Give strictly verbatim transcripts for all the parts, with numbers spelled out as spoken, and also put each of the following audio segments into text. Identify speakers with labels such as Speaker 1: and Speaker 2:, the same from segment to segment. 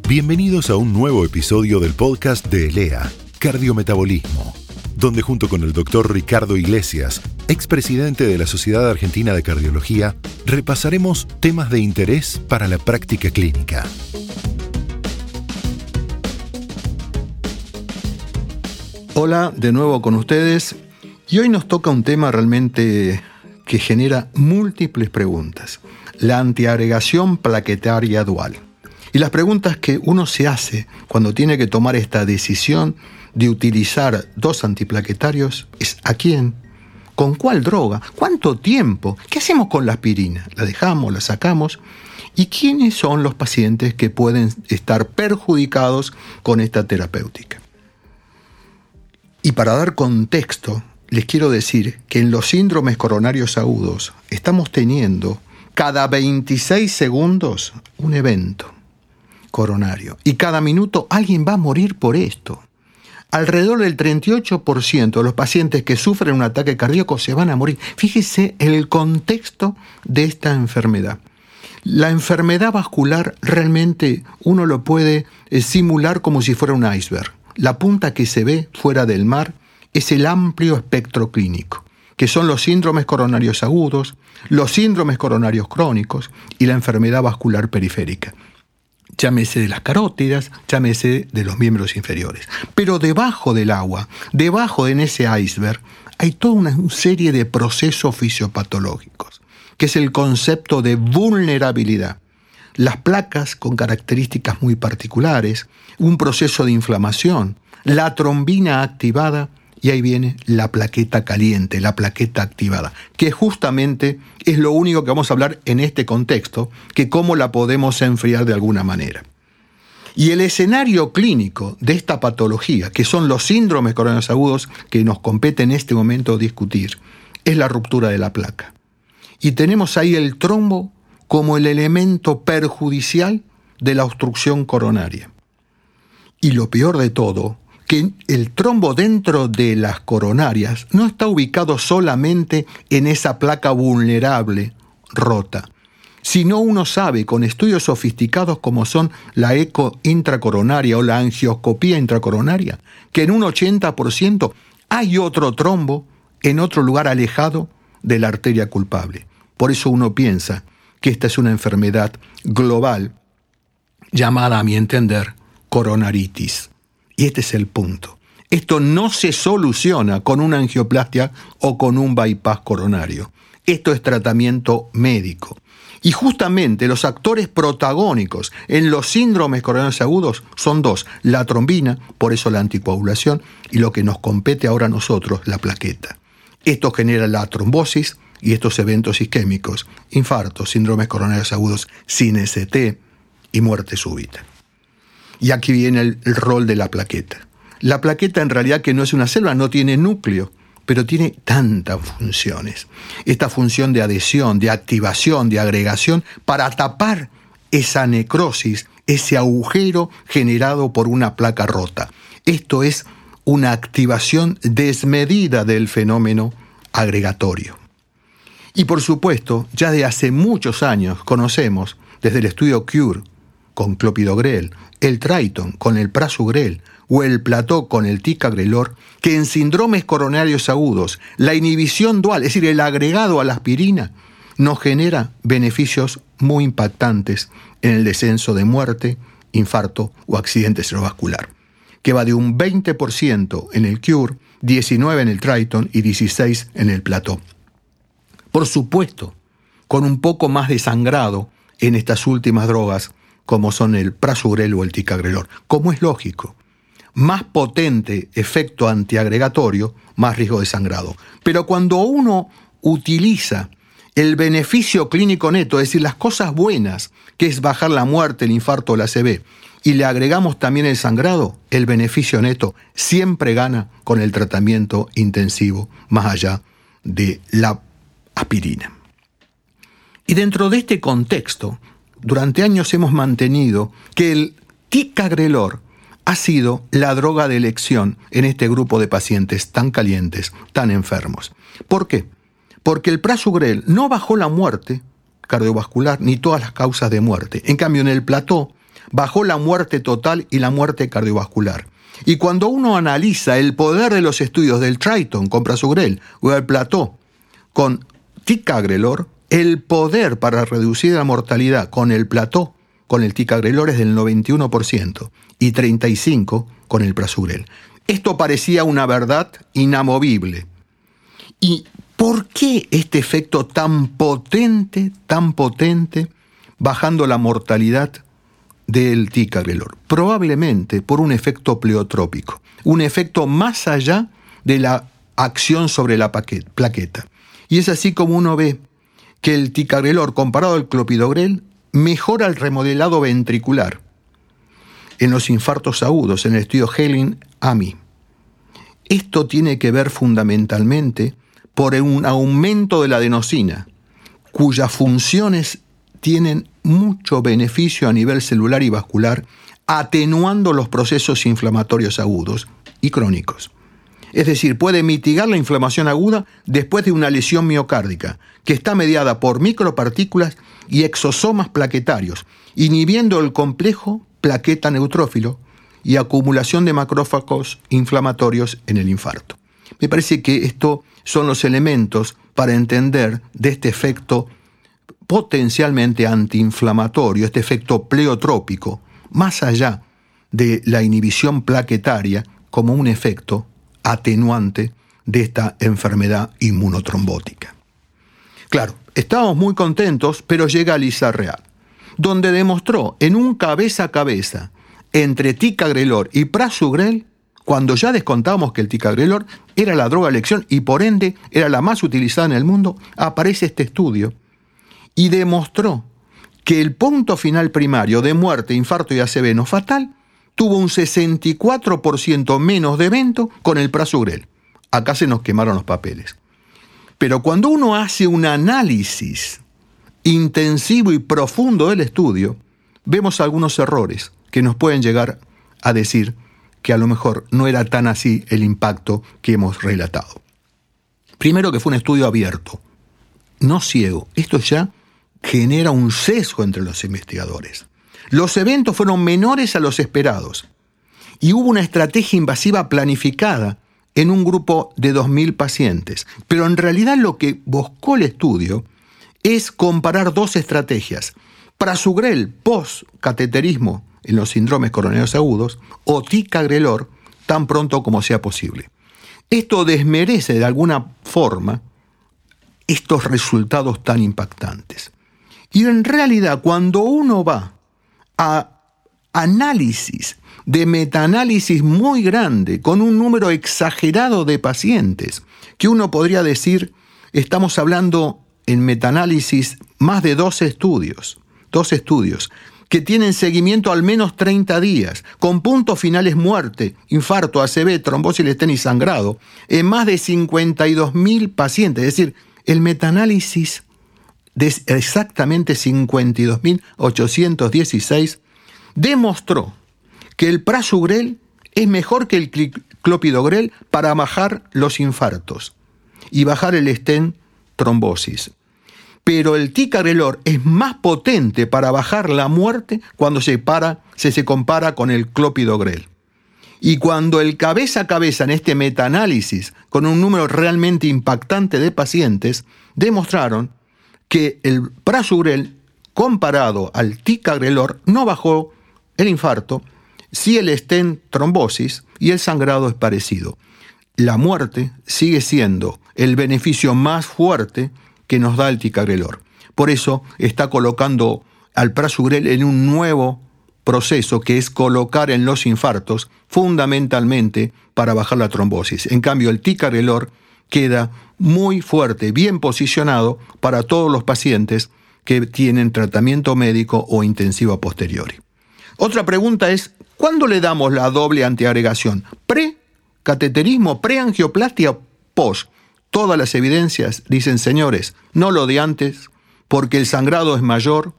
Speaker 1: Bienvenidos a un nuevo episodio del podcast de ELEA, Cardiometabolismo, donde junto con el doctor Ricardo Iglesias, expresidente de la Sociedad Argentina de Cardiología, repasaremos temas de interés para la práctica clínica.
Speaker 2: Hola, de nuevo con ustedes, y hoy nos toca un tema realmente que genera múltiples preguntas, la antiagregación plaquetaria dual. Y las preguntas que uno se hace cuando tiene que tomar esta decisión de utilizar dos antiplaquetarios es ¿a quién? ¿Con cuál droga? ¿Cuánto tiempo? ¿Qué hacemos con la aspirina? ¿La dejamos? ¿La sacamos? ¿Y quiénes son los pacientes que pueden estar perjudicados con esta terapéutica? Y para dar contexto, les quiero decir que en los síndromes coronarios agudos estamos teniendo cada veintiséis segundos un evento coronario. Y cada minuto alguien va a morir por esto. Alrededor del treinta y ocho por ciento de los pacientes que sufren un ataque cardíaco se van a morir. Fíjese el contexto de esta enfermedad. La enfermedad vascular realmente uno lo puede simular como si fuera un iceberg. La punta que se ve fuera del mar es el amplio espectro clínico, que son los síndromes coronarios agudos, los síndromes coronarios crónicos y la enfermedad vascular periférica. Llámese de las carótidas, llámese de los miembros inferiores. Pero debajo del agua, debajo de ese iceberg, hay toda una serie de procesos fisiopatológicos, que es el concepto de vulnerabilidad. Las placas con características muy particulares, un proceso de inflamación, la trombina activada, y ahí viene la plaqueta caliente, la plaqueta activada, que justamente es lo único que vamos a hablar en este contexto, que cómo la podemos enfriar de alguna manera. Y el escenario clínico de esta patología, que son los síndromes coronarios agudos que nos compete en este momento discutir, es la ruptura de la placa. Y tenemos ahí el trombo como el elemento perjudicial de la obstrucción coronaria. Y lo peor de todo, que el trombo dentro de las coronarias no está ubicado solamente en esa placa vulnerable, rota, sino uno sabe con estudios sofisticados como son la eco intracoronaria o la angioscopía intracoronaria, que en un ochenta por ciento hay otro trombo en otro lugar alejado de la arteria culpable. Por eso uno piensa que esta es una enfermedad global llamada, a mi entender, coronaritis. Y este es el punto. Esto no se soluciona con una angioplastia o con un bypass coronario. Esto es tratamiento médico. Y justamente los actores protagónicos en los síndromes coronarios agudos son dos. La trombina, por eso la anticoagulación, y lo que nos compete ahora a nosotros, la plaqueta. Esto genera la trombosis y estos eventos isquémicos, infartos, síndromes coronarios agudos sin S T y muerte súbita. Y aquí viene el, el rol de la plaqueta. La plaqueta en realidad que no es una célula, no tiene núcleo, pero tiene tantas funciones. Esta función de adhesión, de activación, de agregación, para tapar esa necrosis, ese agujero generado por una placa rota. Esto es una activación desmedida del fenómeno agregatorio. Y por supuesto, ya de hace muchos años conocemos, desde el estudio Cure, con clopidogrel, el Triton con el prasugrel o el Plató con el ticagrelor, que en síndromes coronarios agudos la inhibición dual, es decir, el agregado a la aspirina, nos genera beneficios muy impactantes en el descenso de muerte, infarto o accidente cerebrovascular, que va de un veinte por ciento en el Cure, diecinueve por ciento en el Triton y dieciséis por ciento en el Plató. Por supuesto, con un poco más de sangrado en estas últimas drogas, como son el prasugrel o el ticagrelor, como es lógico. Más potente efecto antiagregatorio, más riesgo de sangrado. Pero cuando uno utiliza el beneficio clínico neto, es decir, las cosas buenas, que es bajar la muerte, el infarto o la A C V, y le agregamos también el sangrado, el beneficio neto siempre gana con el tratamiento intensivo, más allá de la aspirina. Y dentro de este contexto, durante años hemos mantenido que el ticagrelor ha sido la droga de elección en este grupo de pacientes tan calientes, tan enfermos. ¿Por qué? Porque el prasugrel no bajó la muerte cardiovascular ni todas las causas de muerte. En cambio, en el Plató bajó la muerte total y la muerte cardiovascular. Y cuando uno analiza el poder de los estudios del Triton con Prasugrel o el Plateau con Ticagrelor, el poder para reducir la mortalidad con el Plateau, con el Ticagrelor es del noventa y uno por ciento y treinta y cinco por ciento con el Prasugrel. Esto parecía una verdad inamovible. ¿Y por qué este efecto tan potente, tan potente, bajando la mortalidad del Ticagrelor? Probablemente por un efecto pleotrópico, un efecto más allá de la acción sobre la plaqueta. Y es así como uno ve que el Ticagrelor comparado al Clopidogrel mejora el remodelado ventricular en los infartos agudos, en el estudio Helin-A M I. Esto tiene que ver fundamentalmente por un aumento de la adenosina, cuyas funciones tienen mucho beneficio a nivel celular y vascular, atenuando los procesos inflamatorios agudos y crónicos. Es decir, puede mitigar la inflamación aguda después de una lesión miocárdica, que está mediada por micropartículas y exosomas plaquetarios, inhibiendo el complejo plaqueta neutrófilo y acumulación de macrófagos inflamatorios en el infarto. Me parece que estos son los elementos para entender de este efecto potencialmente antiinflamatorio, este efecto pleotrópico, más allá de la inhibición plaquetaria como un efecto atenuante de esta enfermedad inmunotrombótica. Claro, estábamos muy contentos, pero llega Lisa Real, donde demostró en un cabeza a cabeza entre Ticagrelor y Prasugrel, cuando ya descontábamos que el Ticagrelor era la droga de elección y por ende era la más utilizada en el mundo, aparece este estudio y demostró que el punto final primario de muerte, infarto y A C V no fatal tuvo un sesenta y cuatro por ciento menos de evento con el Prasugrel. Acá se nos quemaron los papeles. Pero cuando uno hace un análisis intensivo y profundo del estudio, vemos algunos errores que nos pueden llegar a decir que a lo mejor no era tan así el impacto que hemos relatado. Primero, que fue un estudio abierto, no ciego. Esto ya genera un sesgo entre los investigadores. Los eventos fueron menores a los esperados y hubo una estrategia invasiva planificada en un grupo de dos mil pacientes. Pero en realidad lo que buscó el estudio es comparar dos estrategias: Prasugrel post-cateterismo en los síndromes coronarios agudos o Ticagrelor tan pronto como sea posible. Esto desmerece de alguna forma estos resultados tan impactantes. Y en realidad, cuando uno va a análisis de metaanálisis muy grande, con un número exagerado de pacientes, que uno podría decir, estamos hablando en metaanálisis más de dos estudios, dos estudios, que tienen seguimiento al menos treinta días, con puntos finales muerte, infarto, A C V, trombosis, lestén y sangrado, en más de cincuenta y dos mil pacientes. Es decir, el metaanálisis de exactamente cincuenta y dos mil ochocientos dieciséis demostró que el Prasugrel es mejor que el Clopidogrel para bajar los infartos y bajar el stent trombosis. Pero el Ticagrelor es más potente para bajar la muerte cuando se, para, se, se compara con el Clopidogrel. Y cuando el cabeza a cabeza en este metaanálisis, con un número realmente impactante de pacientes, demostraron que el Prasugrel, comparado al Ticagrelor, no bajó el infarto, sí el stent trombosis, y el sangrado es parecido. La muerte sigue siendo el beneficio más fuerte que nos da el Ticagrelor. Por eso está colocando al Prasugrel en un nuevo proceso, que es colocar en los infartos fundamentalmente para bajar la trombosis. En cambio, el Ticagrelor queda muy fuerte, bien posicionado para todos los pacientes que tienen tratamiento médico o intensivo a posteriori. Otra pregunta es, ¿cuándo le damos la doble antiagregación? ¿Pre-cateterismo, pre-angioplastia o post? Todas las evidencias dicen, señores, no lo de antes, porque el sangrado es mayor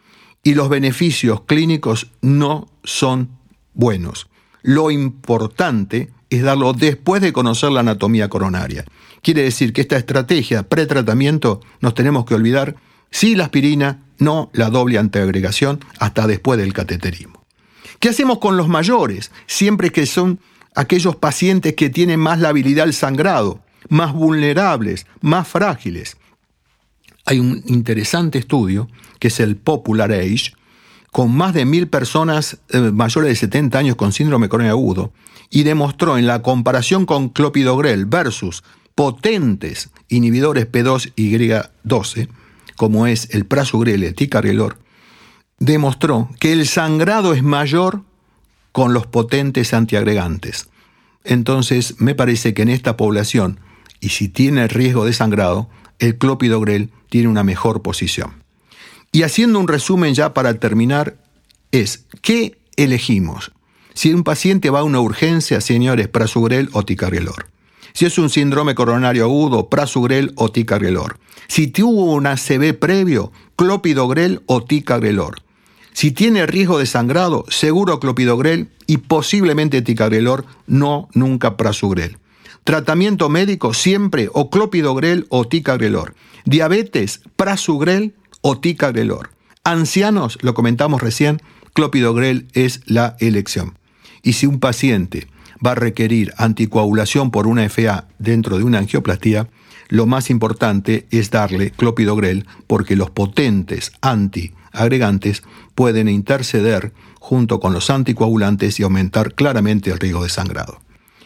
Speaker 2: y los beneficios clínicos no son buenos. Lo importante es darlo después de conocer la anatomía coronaria. Quiere decir que esta estrategia pretratamiento nos tenemos que olvidar, sí la aspirina, no la doble antiagregación hasta después del cateterismo. ¿Qué hacemos con los mayores? Siempre que son aquellos pacientes que tienen más labilidad al sangrado, más vulnerables, más frágiles. Hay un interesante estudio, que es el Popular Age, con más de mil personas eh, mayores de setenta años con síndrome coronario agudo, y demostró en la comparación con clopidogrel versus potentes inhibidores P dos Y doce, como es el prasugrel y el ticagrelor, demostró que el sangrado es mayor con los potentes antiagregantes. Entonces, me parece que en esta población, y si tiene riesgo de sangrado, el clopidogrel tiene una mejor posición. Y haciendo un resumen ya para terminar, es, ¿qué elegimos? Si un paciente va a una urgencia, señores, prasugrel o ticagrelor. Si es un síndrome coronario agudo, prasugrel o ticagrelor. Si tuvo un A C V previo, clopidogrel o ticagrelor. Si tiene riesgo de sangrado, seguro clopidogrel y posiblemente ticagrelor, no nunca prasugrel. Tratamiento médico siempre o clopidogrel o ticagrelor. Diabetes, prasugrel o ticagrelor. Ancianos, lo comentamos recién, clopidogrel es la elección. Y si un paciente va a requerir anticoagulación por una F A dentro de una angioplastía, lo más importante es darle clopidogrel porque los potentes antiagregantes pueden interceder junto con los anticoagulantes y aumentar claramente el riesgo de sangrado.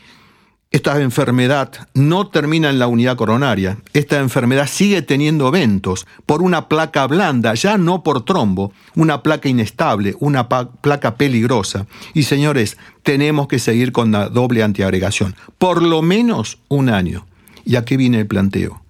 Speaker 2: Esta enfermedad no termina en la unidad coronaria. Esta enfermedad sigue teniendo eventos por una placa blanda, ya no por trombo, una placa inestable, una pa- placa peligrosa. Y señores, tenemos que seguir con la doble antiagregación, por lo menos un año. Y aquí viene el planteo.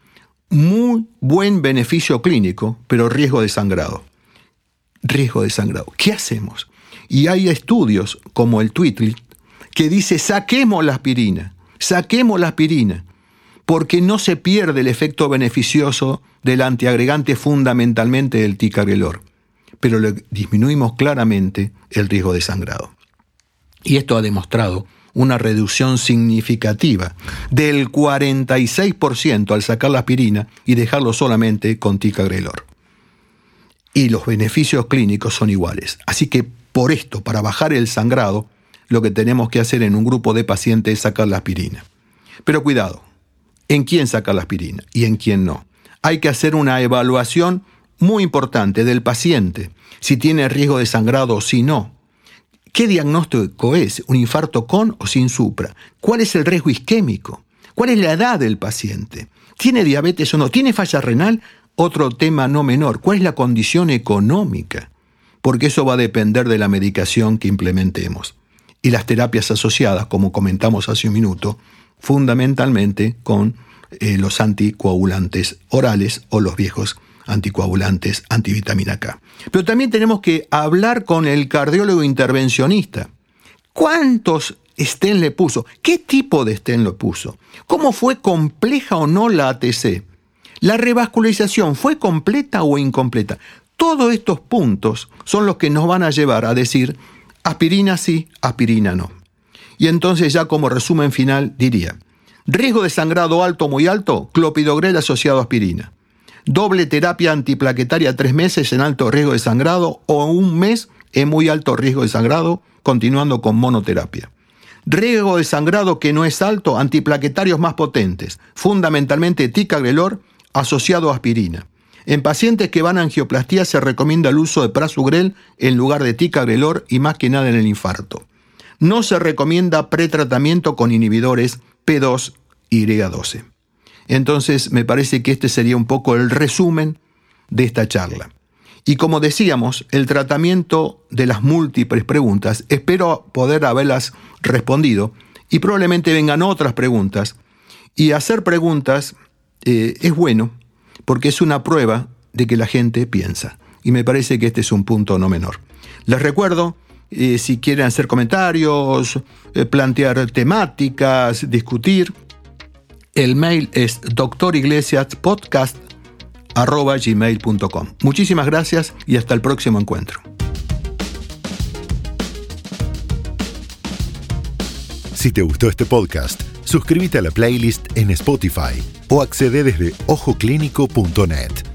Speaker 2: Muy buen beneficio clínico, pero riesgo de sangrado. Riesgo de sangrado. ¿Qué hacemos? Y hay estudios como el Twitly que dice saquemos la aspirina, saquemos la aspirina, porque no se pierde el efecto beneficioso del antiagregante, fundamentalmente del ticagrelor, pero le disminuimos claramente el riesgo de sangrado. Y esto ha demostrado una reducción significativa del cuarenta y seis por ciento al sacar la aspirina y dejarlo solamente con ticagrelor. Y los beneficios clínicos son iguales. Así que por esto, para bajar el sangrado, lo que tenemos que hacer en un grupo de pacientes es sacar la aspirina. Pero cuidado, ¿en quién sacar la aspirina y en quién no? Hay que hacer una evaluación muy importante del paciente, si tiene riesgo de sangrado o si no. ¿Qué diagnóstico es? ¿Un infarto con o sin supra? ¿Cuál es el riesgo isquémico? ¿Cuál es la edad del paciente? ¿Tiene diabetes o no? ¿Tiene falla renal? Otro tema no menor, ¿cuál es la condición económica? Porque eso va a depender de la medicación que implementemos. Y las terapias asociadas, como comentamos hace un minuto, fundamentalmente con eh, los anticoagulantes orales o los viejos anticoagulantes antivitamina K. Pero también tenemos que hablar con el cardiólogo intervencionista. ¿Cuántos stent le puso? ¿Qué tipo de stent lo puso? ¿Cómo fue compleja o no la A T C? ¿La revascularización fue completa o incompleta? Todos estos puntos son los que nos van a llevar a decir aspirina sí, aspirina no. Y entonces ya como resumen final diría, riesgo de sangrado alto o muy alto, clopidogrel asociado a aspirina. Doble terapia antiplaquetaria tres meses en alto riesgo de sangrado o un mes en muy alto riesgo de sangrado, continuando con monoterapia. Riesgo de sangrado que no es alto, antiplaquetarios más potentes, fundamentalmente ticagrelor asociado a aspirina. En pacientes que van a angioplastía se recomienda el uso de prasugrel en lugar de ticagrelor y más que nada en el infarto. No se recomienda pretratamiento con inhibidores P dos Y doce. Entonces me parece que este sería un poco el resumen de esta charla. Y como decíamos, el tratamiento de las múltiples preguntas, espero poder haberlas respondido y probablemente vengan otras preguntas. Y hacer preguntas eh, es bueno, porque es una prueba de que la gente piensa. Y me parece que este es un punto no menor. Les recuerdo, eh, si quieren hacer comentarios, eh, plantear temáticas, discutir, el mail es doctoriglesiaspodcast arroba gmail punto com. Muchísimas gracias y hasta el próximo encuentro.
Speaker 1: Si te gustó este podcast, suscríbete a la playlist en Spotify o accede desde ojo clínico punto net.